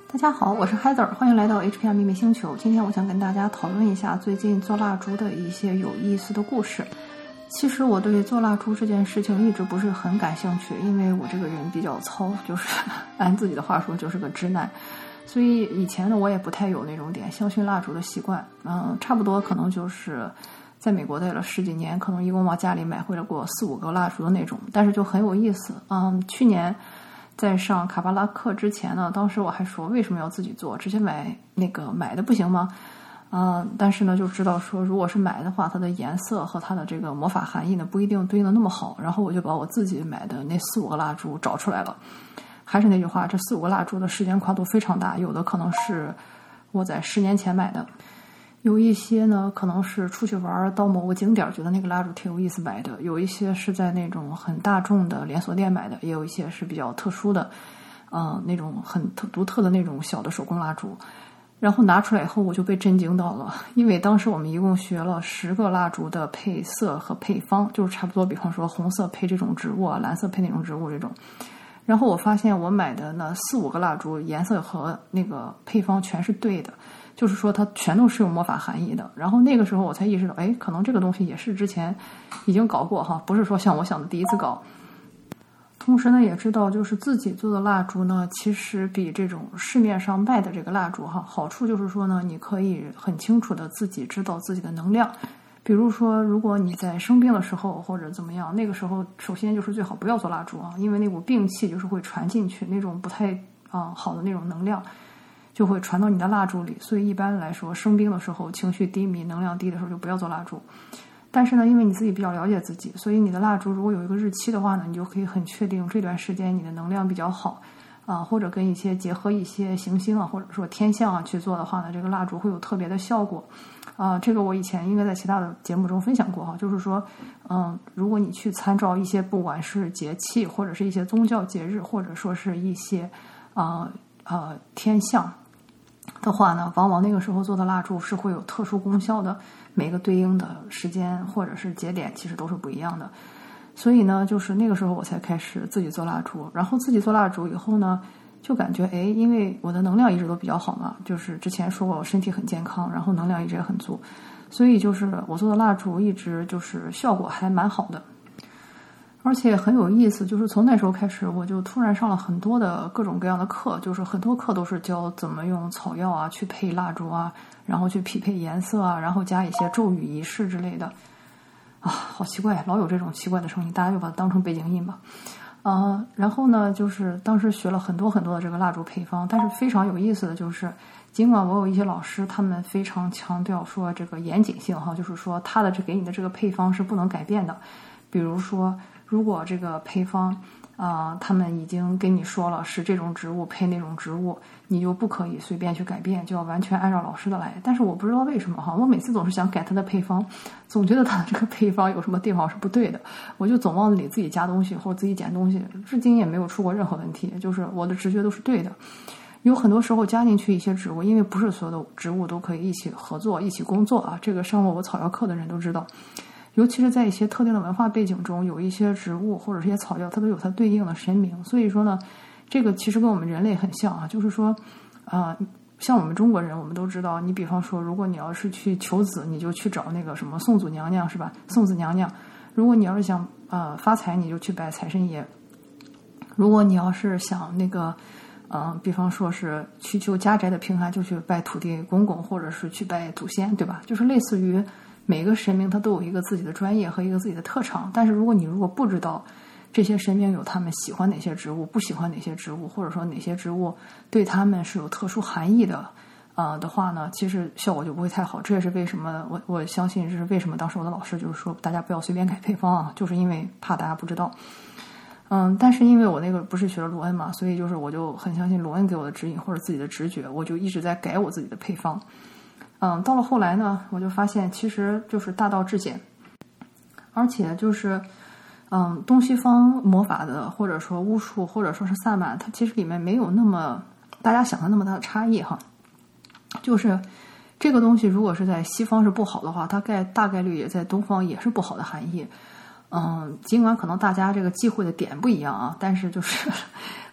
大家好，我是 Heather， 欢迎来到 HPR 秘密星球。今天我想跟大家讨论一下最近做蜡烛的一些有意思的故事。其实我对做蜡烛这件事情一直不是很感兴趣，因为我这个人比较糙，就是按自己的话说就是个直男。所以以前呢，我也不太有那种点香薰蜡烛的习惯。差不多可能就是在美国待了10几年，可能一共往家里买回来过4、5个蜡烛的那种，但是就很有意思。去年在上卡巴拉课之前呢，当时我还说为什么要自己做，直接买的不行吗？但是呢就知道说如果是买的话，它的颜色和它的这个魔法含义呢不一定对应的那么好，然后我就把我自己买的那4、5个蜡烛找出来了。还是那句话，这4、5个蜡烛的时间跨度非常大，有的可能是我在10年前买的，有一些呢可能是出去玩到某个景点觉得那个蜡烛挺有意思买的，有一些是在那种很大众的连锁店买的，也有一些是比较特殊的那种很独特的那种小的手工蜡烛。然后拿出来以后我就被震惊到了，因为当时我们一共学了10个蜡烛的配色和配方，就是差不多比方说红色配这种植物啊，蓝色配那种植物这种。然后我发现我买的那4、5个蜡烛颜色和那个配方全是对的，就是说它全都是有魔法含义的。然后那个时候我才意识到，可能这个东西也是之前已经搞过哈，不是说像我想的第一次搞。同时呢也知道就是自己做的蜡烛呢其实比这种市面上卖的这个蜡烛哈，好处就是说呢你可以很清楚的自己知道自己的能量。比如说如果你在生病的时候或者怎么样，那个时候首先就是最好不要做蜡烛啊，因为那股病气就是会传进去，那种不太好的那种能量就会传到你的蜡烛里，所以一般来说生病的时候情绪低迷能量低的时候就不要做蜡烛。但是呢因为你自己比较了解自己，所以你的蜡烛如果有一个日期的话呢，你就可以很确定这段时间你的能量比较好或者跟一些结合一些行星啊或者说天象啊去做的话呢，这个蜡烛会有特别的效果。这个我以前应该在其他的节目中分享过哈，就是说如果你去参照一些不管是节气或者是一些宗教节日或者说是一些天象的话呢，往往那个时候做的蜡烛是会有特殊功效的，每个对应的时间或者是节点其实都是不一样的。所以呢就是那个时候我才开始自己做蜡烛，然后自己做蜡烛以后呢就感觉因为我的能量一直都比较好嘛，就是之前说过我身体很健康，然后能量一直也很足，所以就是我做的蜡烛一直就是效果还蛮好的。而且很有意思，就是从那时候开始我就突然上了很多的各种各样的课，就是很多课都是教怎么用草药啊去配蜡烛啊，然后去匹配颜色啊，然后加一些咒语仪式之类的好奇怪，老有这种奇怪的声音，大家就把它当成背景音吧。然后呢就是当时学了很多很多的这个蜡烛配方，但是非常有意思的就是尽管我有一些老师他们非常强调说这个严谨性哈，就是说他的给你的这个配方是不能改变的。比如说如果这个配方他们已经跟你说了是这种植物配那种植物，你就不可以随便去改变，就要完全按照老师的来。但是我不知道为什么哈，我每次总是想改它的配方，总觉得它的这个配方有什么地方是不对的，我就总往里自己加东西或者自己减东西，至今也没有出过任何问题，就是我的直觉都是对的。有很多时候加进去一些植物，因为不是所有的植物都可以一起合作一起工作这个上过我草药课的人都知道，尤其是在一些特定的文化背景中，有一些植物或者是一些草药它都有它对应的神明。所以说呢这个其实跟我们人类很像就是说像我们中国人我们都知道，你比方说如果你要是去求子，你就去找那个什么宋祖娘娘是吧，宋子娘娘。如果你要是想发财，你就去拜财神爷。如果你要是想那个比方说是去求家宅的平安，就去拜土地公公或者是去拜祖先，对吧？就是类似于每个神明他都有一个自己的专业和一个自己的特长，但是如果不知道这些神明有他们喜欢哪些植物不喜欢哪些植物，或者说哪些植物对他们是有特殊含义的的话呢，其实效果就不会太好。这也是为什么我相信这是为什么当时我的老师就是说大家不要随便改配方就是因为怕大家不知道。但是因为我那个不是学了罗恩嘛，所以就是我就很相信罗恩给我的指引或者自己的直觉，我就一直在改我自己的配方。到了后来呢我就发现其实就是大道至简，而且就是东西方魔法的或者说巫术或者说是萨满，它其实里面没有那么大家想的那么大的差异哈。就是这个东西如果是在西方是不好的话，它大概率也在东方也是不好的含义。尽管可能大家这个忌讳的点不一样但是就是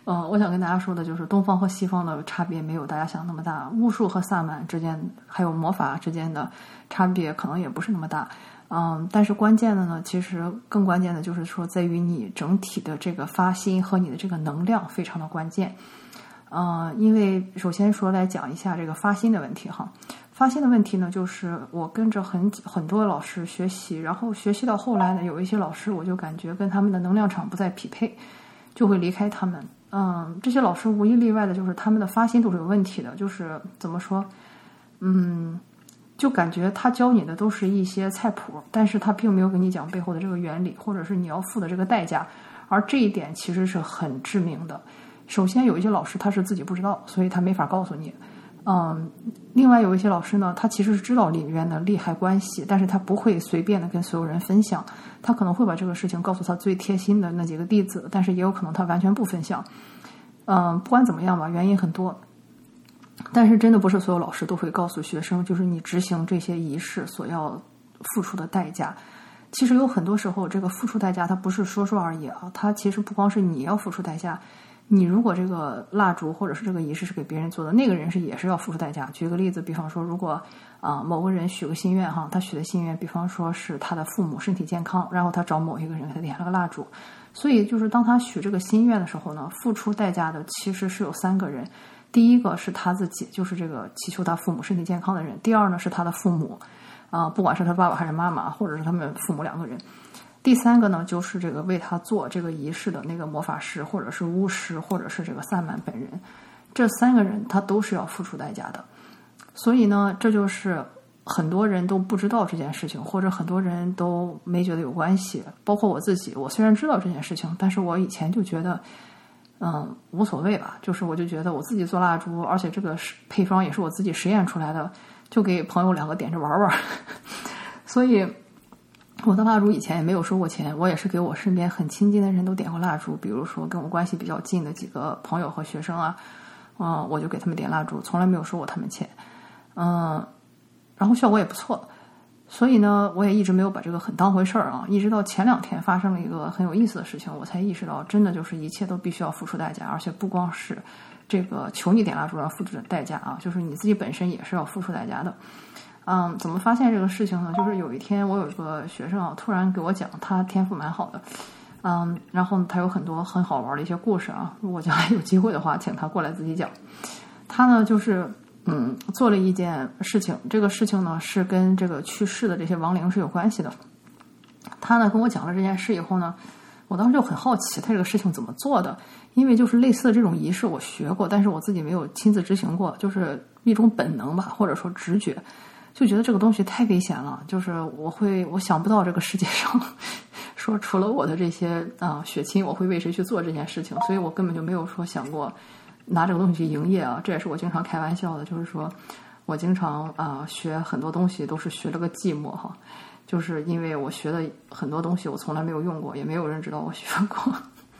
我想跟大家说的就是东方和西方的差别没有大家想那么大，巫术和萨满之间还有魔法之间的差别可能也不是那么大。但是关键的呢，其实更关键的就是说在于你整体的这个发心和你的这个能量非常的关键。因为首先说来讲一下这个发心的问题哈。发心的问题呢，就是我跟着很多老师学习，然后学习到后来呢，有一些老师我就感觉跟他们的能量场不再匹配，就会离开他们。这些老师无一例外的就是他们的发心都是有问题的，就是怎么说，就感觉他教你的都是一些菜谱，但是他并没有跟你讲背后的这个原理，或者是你要付的这个代价，而这一点其实是很致命的。首先有一些老师他是自己不知道，所以他没法告诉你。另外有一些老师呢，他其实是知道里面的利害关系，但是他不会随便的跟所有人分享，他可能会把这个事情告诉他最贴心的那几个弟子，但是也有可能他完全不分享。不管怎么样吧，原因很多，但是真的不是所有老师都会告诉学生，就是你执行这些仪式所要付出的代价。其实有很多时候这个付出代价它不是说说而已啊，它其实不光是你要付出代价，你如果这个蜡烛或者是这个仪式是给别人做的，那个人也是要付出代价。举个例子，比方说如果某个人许个心愿哈，他许的心愿比方说是他的父母身体健康，然后他找某一个人给他点了个蜡烛，所以就是当他许这个心愿的时候呢，付出代价的其实是有3个人。第一个是他自己，就是这个祈求他父母身体健康的人。第二呢是他的父母，不管是他爸爸还是妈妈，或者是他们父母2个人。第3个呢就是这个为他做这个仪式的那个魔法师，或者是巫师，或者是这个萨满本人。这3个人他都是要付出代价的。所以呢，这就是很多人都不知道这件事情，或者很多人都没觉得有关系。包括我自己，我虽然知道这件事情，但是我以前就觉得无所谓吧，就是我就觉得我自己做蜡烛，而且这个配方也是我自己实验出来的，就给朋友2个点着玩玩。所以我的蜡烛以前也没有收过钱，我也是给我身边很亲近的人都点过蜡烛，比如说跟我关系比较近的几个朋友和学生啊，我就给他们点蜡烛，从来没有收过他们钱。然后效果也不错，所以呢我也一直没有把这个很当回事儿啊，一直到前2天发生了一个很有意思的事情，我才意识到真的就是一切都必须要付出代价，而且不光是这个求你点蜡烛要付出的代价啊，就是你自己本身也是要付出代价的。怎么发现这个事情呢？就是有一天我有一个学生突然给我讲，他天赋蛮好的，然后他有很多很好玩的一些故事啊，如果将来有机会的话请他过来自己讲。他呢就是做了一件事情，这个事情呢是跟这个去世的这些亡灵是有关系的。他呢跟我讲了这件事以后呢，我当时就很好奇他这个事情怎么做的，因为就是类似的这种仪式我学过，但是我自己没有亲自执行过，就是一种本能吧，或者说直觉，就觉得这个东西太危险了，就是我想不到这个世界上说除了我的这些血亲，我会为谁去做这件事情，所以我根本就没有说想过拿这个东西去营业啊。这也是我经常开玩笑的，就是说我经常学很多东西都是学了个寂寞哈，就是因为我学的很多东西我从来没有用过，也没有人知道我学过。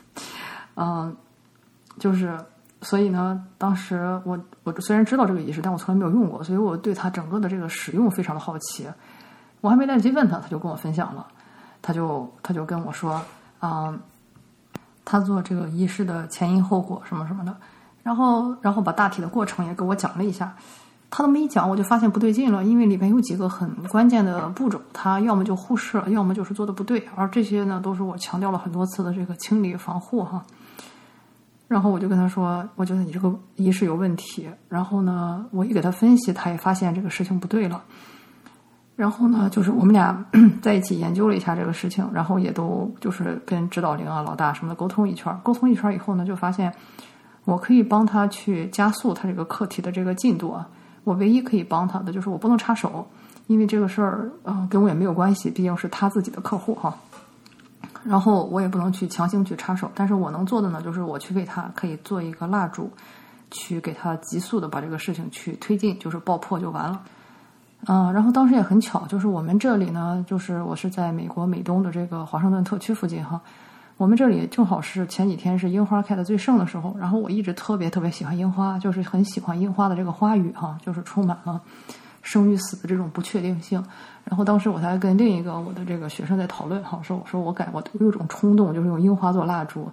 就是所以呢，当时我虽然知道这个仪式，但我从来没有用过，所以我对它整个的这个使用非常的好奇。我还没来得及问他，他就跟我分享了，他就跟我说，他做这个仪式的前因后果什么什么的，然后把大体的过程也给我讲了一下。他那么一讲，我就发现不对劲了，因为里面有几个很关键的步骤，他要么就忽视了，要么就是做的不对，而这些呢，都是我强调了很多次的这个清理防护哈。然后我就跟他说，我觉得你这个仪式有问题。然后呢，我一给他分析，他也发现这个事情不对了。然后呢，就是我们俩在一起研究了一下这个事情，然后也都就是跟指导灵老大什么的沟通一圈以后呢，就发现我可以帮他去加速他这个课题的这个进度啊。我唯一可以帮他的就是我不能插手，因为这个事儿跟我也没有关系，毕竟是他自己的客户哈。然后我也不能去强行去插手，但是我能做的呢，就是我去为他可以做一个蜡烛，去给他急速的把这个事情去推进，就是爆破就完了。然后当时也很巧，就是我们这里呢，就是我是在美国美东的这个华盛顿特区附近哈，我们这里正好是前几天是樱花开的最盛的时候，然后我一直特别特别喜欢樱花，就是很喜欢樱花的这个花语哈，就是充满了生与死的这种不确定性。然后当时我才跟另一个我的这个学生在讨论哈，我说我有一种冲动，就是用樱花做蜡烛。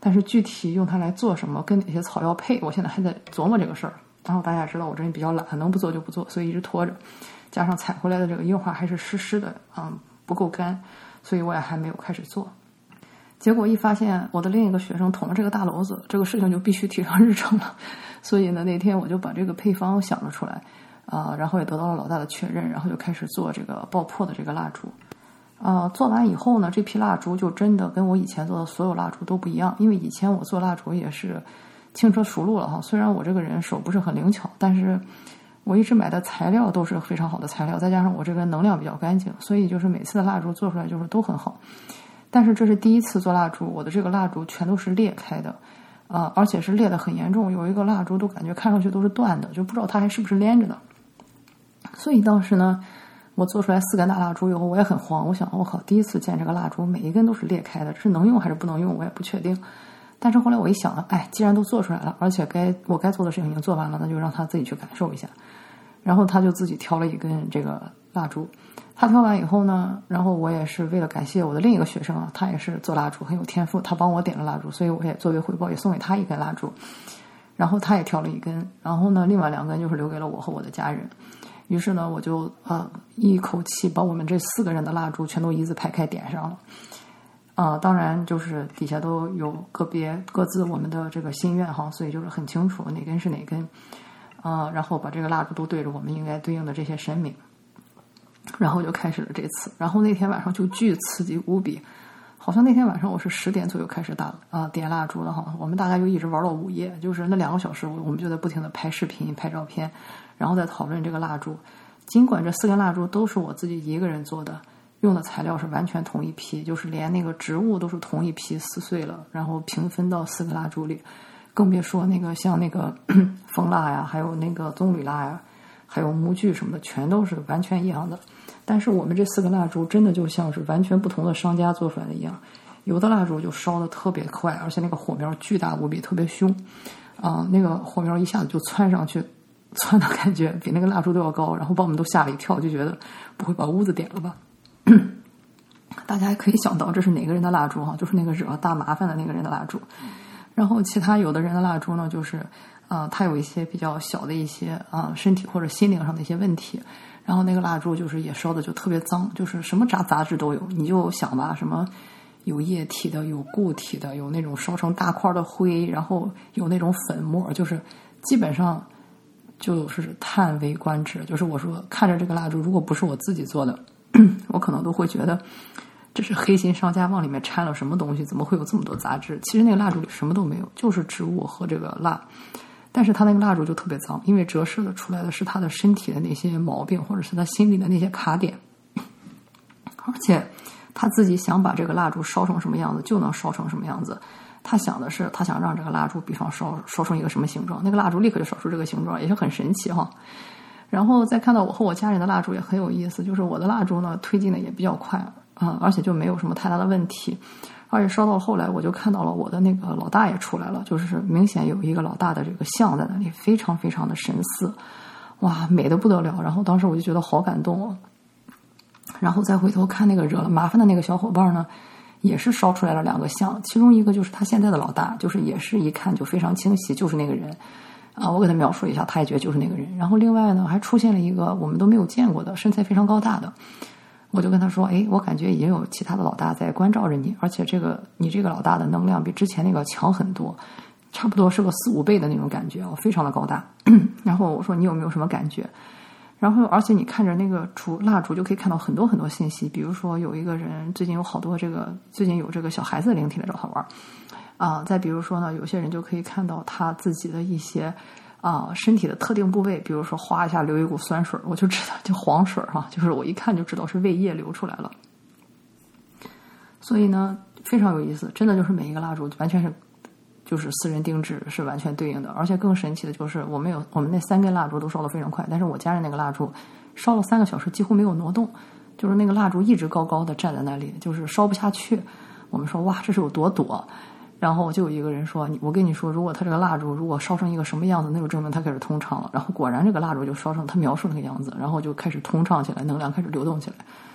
但是具体用它来做什么，跟哪些草药配，我现在还在琢磨这个事儿。然后大家也知道我这人比较懒，能不做就不做，所以一直拖着。加上采回来的这个樱花还是湿湿的，不够干，所以我也还没有开始做。结果一发现我的另一个学生捅了这个大篓子，这个事情就必须提上日程了。所以呢，那天我就把这个配方想了出来，然后也得到了老大的确认，然后就开始做这个爆破的这个蜡烛。做完以后呢，这批蜡烛就真的跟我以前做的所有蜡烛都不一样。因为以前我做蜡烛也是轻车熟路了哈，虽然我这个人手不是很灵巧，但是我一直买的材料都是非常好的材料，再加上我这个能量比较干净，所以就是每次的蜡烛做出来就是都很好。但是这是第一次做蜡烛，我的这个蜡烛全都是裂开的，而且是裂得很严重，有一个蜡烛都感觉看上去都是断的，就不知道它还是不是连着的。所以当时呢，我做出来4根大蜡烛以后，我也很慌，我想我靠，第一次见这个蜡烛每一根都是裂开的，是能用还是不能用我也不确定。但是后来我一想，既然都做出来了，而且我该做的事情已经做完了，那就让他自己去感受一下。然后他就自己挑了一根这个蜡烛，他挑完以后呢，然后我也是为了感谢我的另一个学生啊，他也是做蜡烛很有天赋，他帮我点了蜡烛，所以我也作为回报也送给他一根蜡烛。然后他也挑了一根，然后呢另外2根就是留给了我和我的家人。于是呢我就一口气把我们这4个人的蜡烛全都一字排开点上了。当然就是底下都有各自我们的这个心愿哈，所以就是很清楚哪根是哪根。然后把这个蜡烛都对着我们应该对应的这些神明，然后就开始了这次。然后那天晚上就巨刺激无比，好像那天晚上我是10点左右开始点蜡烛的哈，我们大概就一直玩到午夜，就是那2个小时我们就在不停的拍视频拍照片，然后再讨论这个蜡烛。尽管这4根蜡烛都是我自己一个人做的，用的材料是完全同一批，就是连那个植物都是同一批撕碎了，然后平分到4个蜡烛里，更别说那个像那个蜂蜡呀，还有那个棕榈蜡呀，还有模具什么的，全都是完全一样的。但是我们这4个蜡烛真的就像是完全不同的商家做出来的一样，有的蜡烛就烧得特别快，而且那个火苗巨大无比，特别凶那个火苗一下子就窜上去，窜的感觉比那个蜡烛都要高，然后把我们都吓了一跳，就觉得不会把屋子点了吧。大家也可以想到这是哪个人的蜡烛哈，就是那个惹大麻烦的那个人的蜡烛。然后其他有的人的蜡烛呢，就是他有一些比较小的一些身体或者心灵上的一些问题，然后那个蜡烛就是也烧的就特别脏，就是什么杂质都有。你就想吧，什么有液体的，有固体的，有那种烧成大块的灰，然后有那种粉末，就是基本上就是叹为观止。就是我说看着这个蜡烛，如果不是我自己做的，我可能都会觉得这是黑心商家往里面掺了什么东西，怎么会有这么多杂质？其实那个蜡烛里什么都没有，就是植物和这个蜡。但是他那个蜡烛就特别脏，因为折射的出来的是他的身体的那些毛病，或者是他心里的那些卡点。而且他自己想把这个蜡烛烧成什么样子就能烧成什么样子。他想的是他想让这个蜡烛比方烧成一个什么形状，那个蜡烛立刻就烧出这个形状，也是很神奇哈。然后再看到我和我家人的蜡烛也很有意思，就是我的蜡烛呢推进的也比较快而且就没有什么太大的问题。而且烧到后来我就看到了我的那个老大也出来了，就是明显有一个老大的这个像在那里，非常非常的神似，哇，美得不得了。然后当时我就觉得好感动哦。然后再回头看那个惹了麻烦的那个小伙伴呢，也是烧出来了2个像，其中一个就是他现在的老大，就是也是一看就非常清晰，就是那个人我给他描述一下，他也觉得就是那个人。然后另外呢还出现了一个我们都没有见过的身材非常高大的，我就跟他说，我感觉已经有其他的老大在关照着你，而且你这个老大的能量比之前那个强很多，差不多是个4-5倍的那种感觉，非常的高大。然后我说你有没有什么感觉？然后而且你看着那个蜡烛就可以看到很多很多信息，比如说有一个人最近有好多最近有这个小孩子的灵体来找他玩再比如说呢，有些人就可以看到他自己的一些身体的特定部位，比如说哗一下流一股酸水，我就知道就黄水就是我一看就知道是胃液流出来了。所以呢非常有意思，真的就是每一个蜡烛完全是就是私人定制，是完全对应的。而且更神奇的就是我们那3根蜡烛都烧得非常快，但是我家人那个蜡烛烧了3个小时几乎没有挪动，就是那个蜡烛一直高高的站在那里，就是烧不下去。我们说哇这是有多躲，然后就有一个人说我跟你说，如果他这个蜡烛如果烧成一个什么样子，那就证明他开始通畅了。然后果然这个蜡烛就烧成他描述那个样子，然后就开始通畅起来，能量开始流动起来。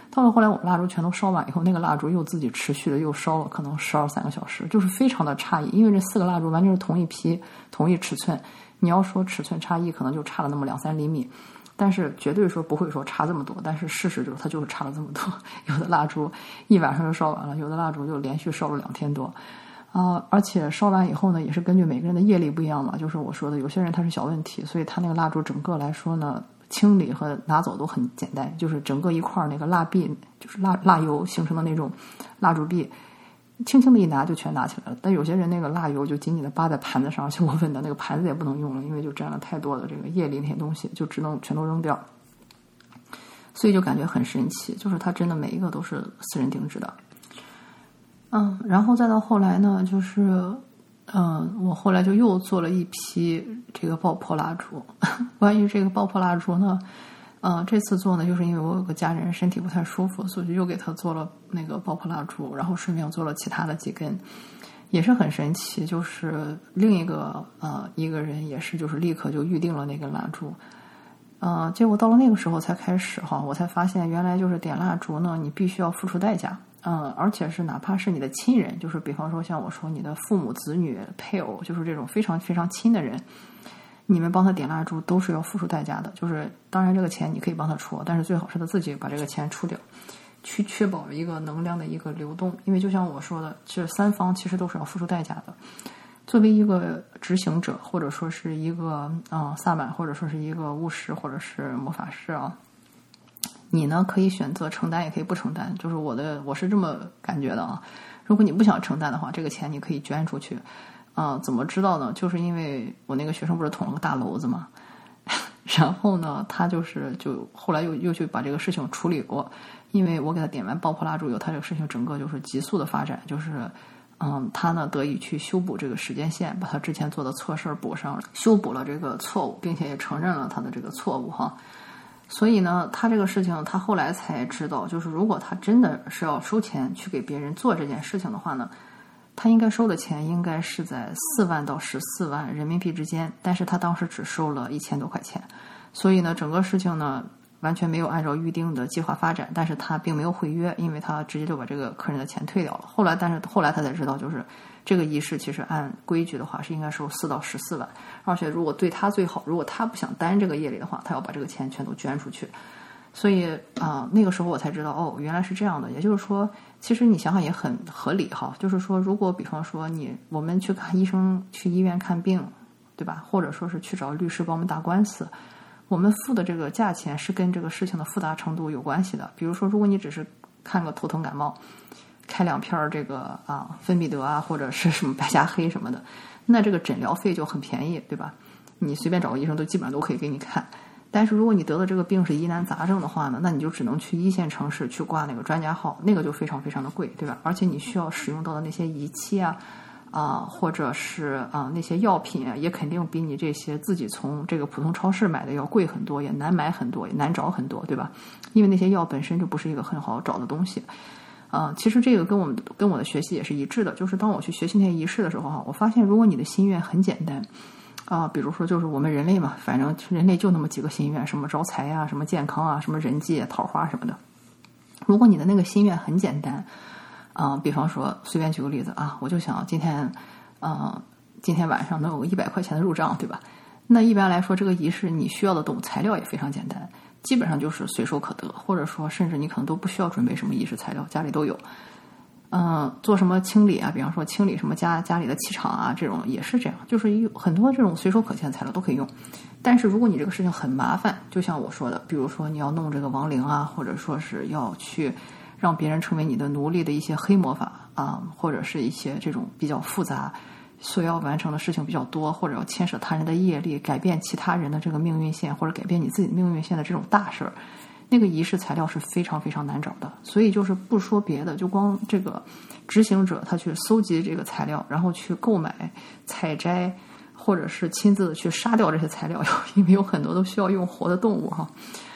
到了后来我们蜡烛全都烧完以后，那个蜡烛又自己持续的又烧了可能12-13个小时，就是非常的诧异，因为这4个蜡烛完全是同一批同一尺寸，你要说尺寸差异可能就差了那么2-3厘米，但是绝对说不会说差这么多，但是事实就是它就是差了这么多，有的蜡烛一晚上就烧完了，有的蜡烛就连续烧了2天多。而且烧完以后呢，也是根据每个人的业力不一样嘛，就是我说的，有些人他是小问题，所以他那个蜡烛整个来说呢，清理和拿走都很简单，就是整个一块那个蜡壁，就是蜡油形成的那种蜡烛壁，轻轻的一拿就全拿起来了。但有些人那个蜡油就紧紧的扒在盘子上，就我问的那个盘子也不能用了，因为就沾了太多的这个业力那些东西，就只能全都扔掉。所以就感觉很神奇，就是它真的每一个都是私人定制的。然后再到后来呢，就是我后来就又做了一批这个爆破蜡烛。关于这个爆破蜡烛呢，这次做呢，就是因为我有个家人身体不太舒服，所以又给他做了那个爆破蜡烛，然后顺便做了其他的几根，也是很神奇。就是另一个一个人也是就是立刻就预定了那根蜡烛，结果到了那个时候才开始我才发现原来就是点蜡烛呢，你必须要付出代价。而且是哪怕是你的亲人，就是比方说像我说你的父母、子女、配偶，就是这种非常非常亲的人，你们帮他点蜡烛都是要付出代价的。就是当然这个钱你可以帮他出，但是最好是他自己把这个钱出掉，去确保一个能量的一个流动。因为就像我说的，这3方其实都是要付出代价的。作为一个执行者，或者说是一个萨满，或者说是一个巫师，或者是魔法师你呢可以选择承担，也可以不承担，就是我是这么感觉的如果你不想承担的话，这个钱你可以捐出去。怎么知道呢？就是因为我那个学生不是捅了个大篓子嘛，然后呢，他就后来又去把这个事情处理过，因为我给他点完爆破蜡烛以后，他这个事情整个就是急速的发展，就是他呢得以去修补这个时间线，把他之前做的错事补上了，修补了这个错误，并且也承认了他的这个错误所以呢，他这个事情他后来才知道，就是如果他真的是要收钱去给别人做这件事情的话呢，他应该收的钱应该是在4万到14万人民币之间，但是他当时只收了1000多块钱，所以呢，整个事情呢完全没有按照预定的计划发展，但是他并没有毁约，因为他直接就把这个客人的钱退掉了。但是后来他才知道，就是这个仪式其实按规矩的话是应该收4到14万，而且如果对他最好，如果他不想担这个业力的话，他要把这个钱全都捐出去。所以那个时候我才知道原来是这样的。也就是说，其实你想想也很合理就是说，如果比方说我们去看医生，去医院看病，对吧？或者说是去找律师帮我们打官司，我们付的这个价钱是跟这个事情的复杂程度有关系的。比如说，如果你只是看个头疼感冒，开2片这个芬必得或者是什么白加黑什么的，那这个诊疗费就很便宜，对吧？你随便找个医生都基本上都可以给你看。但是如果你得的这个病是疑难杂症的话呢，那你就只能去1线城市去挂那个专家号，那个就非常非常的贵，对吧？而且你需要使用到的那些仪器或者是那些药品也肯定比你这些自己从这个普通超市买的要贵很多，也难买很多，也难找很多，对吧？因为那些药本身就不是一个很好找的东西。其实这个跟我的学习也是一致的，就是当我去学习那些仪式的时候我发现如果你的心愿很简单比如说就是我们人类嘛，反正人类就那么几个心愿，什么招财什么健康什么人际桃花什么的。如果你的那个心愿很简单比方说随便举个例子我就想今天晚上能有100块钱的入账，对吧？那一般来说这个仪式你需要的材料也非常简单，基本上就是随手可得，或者说甚至你可能都不需要准备什么仪式材料，家里都有。做什么清理比方说清理什么家里的气场这种也是这样，就是很多这种随手可见的材料都可以用。但是如果你这个事情很麻烦，就像我说的，比如说你要弄这个亡灵或者说是要去让别人成为你的奴隶的一些黑魔法或者是一些这种比较复杂所要完成的事情比较多，或者要牵涉他人的业力，改变其他人的这个命运线，或者改变你自己命运线的这种大事儿，那个仪式材料是非常非常难找的。所以就是不说别的，就光这个执行者他去搜集这个材料，然后去购买采摘，或者是亲自去杀掉这些材料，因为有很多都需要用活的动物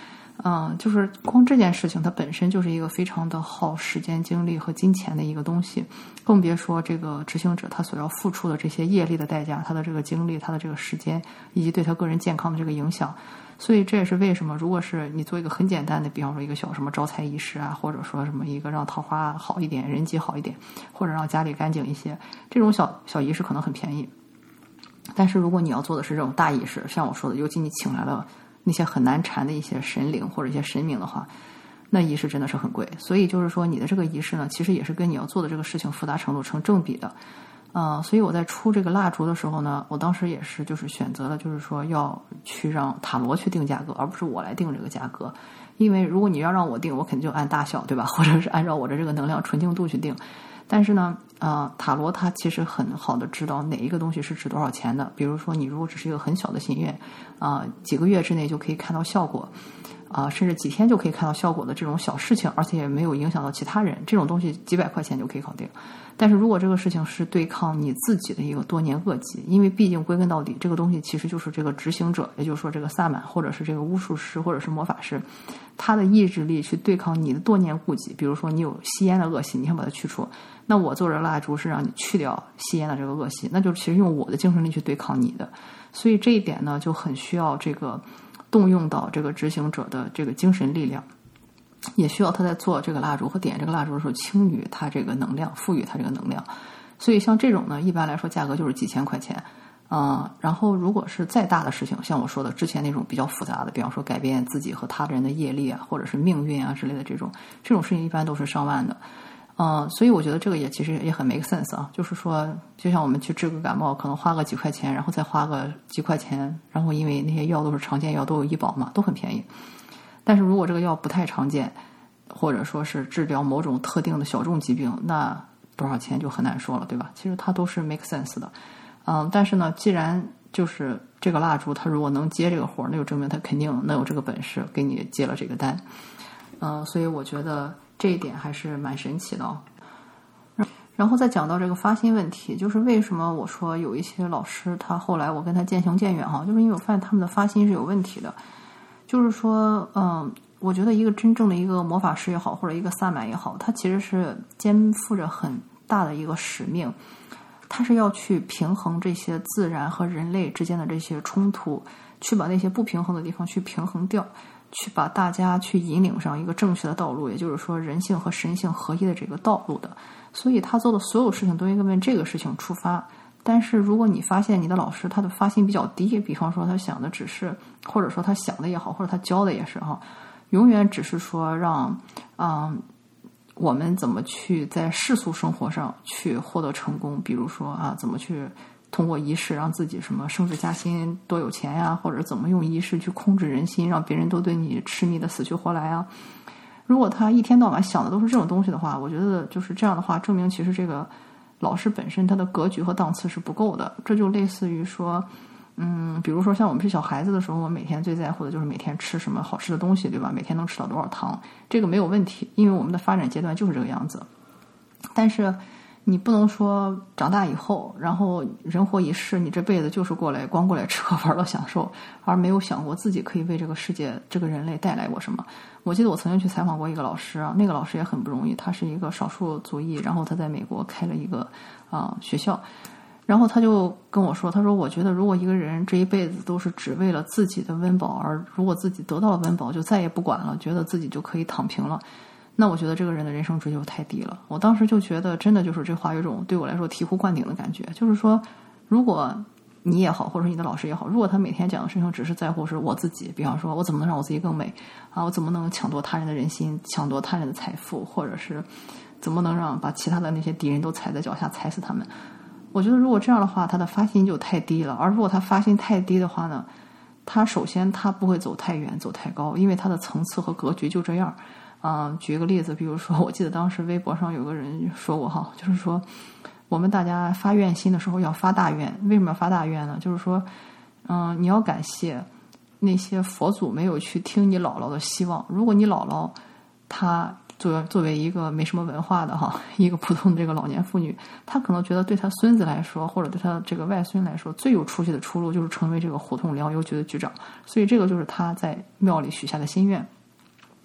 就是光这件事情它本身就是一个非常的耗时间精力和金钱的一个东西，更别说这个执行者他所要付出的这些业力的代价，他的这个精力，他的这个时间，以及对他个人健康的这个影响。所以这也是为什么如果是你做一个很简单的，比方说一个小什么招财仪式啊，或者说什么一个让桃花好一点，人际好一点，或者让家里干净一些，这种小仪式可能很便宜。但是如果你要做的是这种大仪式，像我说的，尤其你请来了那些很难缠的一些神灵或者一些神明的话，那仪式真的是很贵。所以就是说你的这个仪式呢，其实也是跟你要做的这个事情复杂程度成正比的。所以我在出这个蜡烛的时候呢，我当时也是就是选择了就是说要去让塔罗去定价格，而不是我来定这个价格。因为如果你要让我定，我肯定就按大小，对吧？或者是按照我的这个能量纯净度去定。但是呢，塔罗它其实很好的知道哪一个东西是值多少钱的。比如说你如果只是一个很小的心愿，几个月之内就可以看到效果，甚至几天就可以看到效果的这种小事情，而且也没有影响到其他人，这种东西几百块钱就可以搞定。但是如果这个事情是对抗你自己的一个多年恶疾，因为毕竟归根到底这个东西其实就是这个执行者，也就是说这个萨满或者是这个巫术师或者是魔法师，他的意志力去对抗你的多年痼疾。比如说你有吸烟的恶习，你想把它去除，那我做这蜡烛是让你去掉吸烟的这个恶习，那就其实用我的精神力去对抗你的。所以这一点呢就很需要这个动用到这个执行者的这个精神力量，也需要他在做这个蜡烛和点这个蜡烛的时候倾予他这个能量，赋予他这个能量。所以像这种呢，一般来说价格就是几千块钱。然后如果是再大的事情，像我说的之前那种比较复杂的，比方说改变自己和他人的业力啊，或者是命运啊之类的这种事情，一般都是上万的。所以我觉得这个也其实也很 make sense 啊，就是说就像我们去治个感冒可能花个几块钱，然后再花个几块钱，然后因为那些药都是常见药，都有医保嘛，都很便宜。但是如果这个药不太常见，或者说是治疗某种特定的小众疾病，那多少钱就很难说了，对吧？其实它都是 make sense 的。但是呢，既然就是这个蜡烛它如果能接这个活，那就证明它肯定能有这个本事给你接了这个单。所以我觉得这一点还是蛮神奇的。然后再讲到这个发心问题，就是为什么我说有一些老师他后来我跟他渐行渐远哈，就是因为我发现他们的发心是有问题的。就是说我觉得一个真正的一个魔法师也好，或者一个萨满也好，他其实是肩负着很大的一个使命，他是要去平衡这些自然和人类之间的这些冲突，去把那些不平衡的地方去平衡掉，去把大家去引领上一个正确的道路，也就是说人性和神性合一的这个道路的。所以他做的所有事情都应该为这个事情出发。但是如果你发现你的老师他的发心比较低，比方说他想的只是，或者说他想的也好，或者他教的也是哈，永远只是说让我们怎么去在世俗生活上去获得成功，比如说怎么去通过仪式让自己什么升职加薪多有钱呀，或者怎么用仪式去控制人心，让别人都对你痴迷的死去活来啊。如果他一天到晚想的都是这种东西的话，我觉得就是这样的话，证明其实这个老师本身他的格局和档次是不够的。这就类似于说比如说像我们是小孩子的时候，我每天最在乎的就是每天吃什么好吃的东西，对吧？每天能吃到多少糖，这个没有问题，因为我们的发展阶段就是这个样子。但是你不能说长大以后，然后人活一世，你这辈子就是光过来吃喝玩乐享受，而没有想过自己可以为这个世界这个人类带来过什么。我记得我曾经去采访过一个老师啊，那个老师也很不容易，他是一个少数族裔，然后他在美国开了一个学校。然后他就跟我说，他说我觉得如果一个人这一辈子都是只为了自己的温饱，而如果自己得到了温饱就再也不管了，觉得自己就可以躺平了，那我觉得这个人的人生追求太低了。我当时就觉得真的就是这话有一种对我来说醍醐灌顶的感觉，就是说如果你也好，或者是你的老师也好，如果他每天讲的事情只是在乎是我自己，比方说我怎么能让我自己更美我怎么能抢夺他人的人心，抢夺他人的财富，或者是怎么能把其他的那些敌人都踩在脚下，踩死他们。我觉得如果这样的话，他的发心就太低了。而如果他发心太低的话呢，他首先他不会走太远走太高，因为他的层次和格局就这样。举一个例子，比如说我记得当时微博上有个人说过哈，就是说我们大家发愿心的时候要发大愿。为什么要发大愿呢？就是说你要感谢那些佛祖没有去听你姥姥的希望。如果你姥姥她作为一个没什么文化的一个普通的这个老年妇女，她可能觉得对她孙子来说，或者对她这个外孙来说，最有出息的出路就是成为这个胡同粮油局的局长。所以这个就是她在庙里许下的心愿。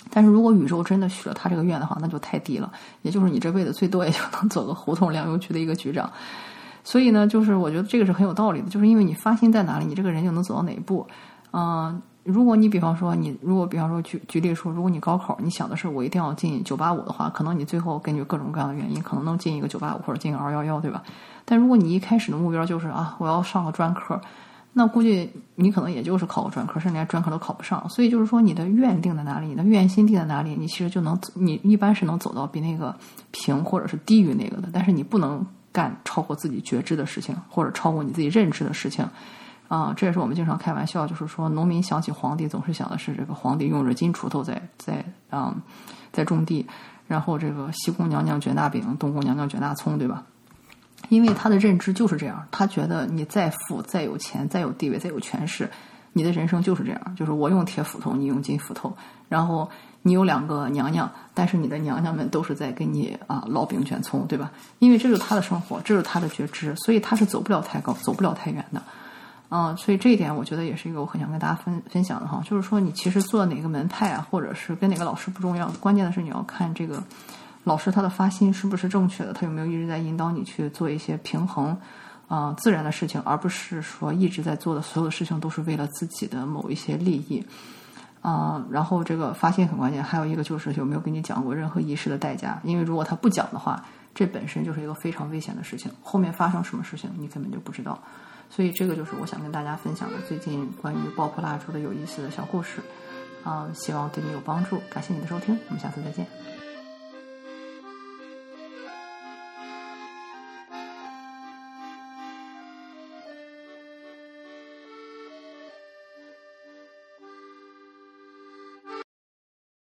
但是如果宇宙真的许了他这个愿的话，那就太低了，也就是你这辈子最多也就能做个胡同粮油局的一个局长。所以呢，就是我觉得这个是很有道理的，就是因为你发心在哪里，你这个人就能走到哪一步。如果你比方说举例说，如果你高考你想的是我一定要进985的话，可能你最后根据各种各样的原因，可能能进一个985或者进个211，对吧？但如果你一开始的目标就是我要上个专科，那估计你可能也就是考个专科，甚至连专科都考不上。所以就是说，你的愿定在哪里，你的愿心定在哪里，你其实就能，你一般是能走到比那个平或者是低于那个的，但是你不能干超过自己觉知的事情，或者超过你自己认知的事情。这也是我们经常开玩笑，就是说农民想起皇帝，总是想的是这个皇帝用着金锄头在种地，然后这个西宫娘娘卷大饼，东宫娘娘卷大葱，对吧？因为他的认知就是这样，他觉得你再富、再有钱、再有地位、再有权势，你的人生就是这样，就是我用铁斧头，你用金斧头，然后你有2个娘娘，但是你的娘娘们都是在给你烙饼卷葱，对吧？因为这就是他的生活，这就是他的觉知，所以他是走不了太高、走不了太远的。所以这一点我觉得也是一个我很想跟大家分享的哈，就是说你其实做哪个门派或者是跟哪个老师不重要，关键的是你要看这个老师他的发心是不是正确的，他有没有一直在引导你去做一些平衡自然的事情，而不是说一直在做的所有的事情都是为了自己的某一些利益然后这个发心很关键，还有一个就是有没有跟你讲过任何仪式的代价，因为如果他不讲的话，这本身就是一个非常危险的事情，后面发生什么事情你根本就不知道。所以这个就是我想跟大家分享的最近关于爆破蜡烛的有意思的小故事希望对你有帮助，感谢你的收听，我们下次再见。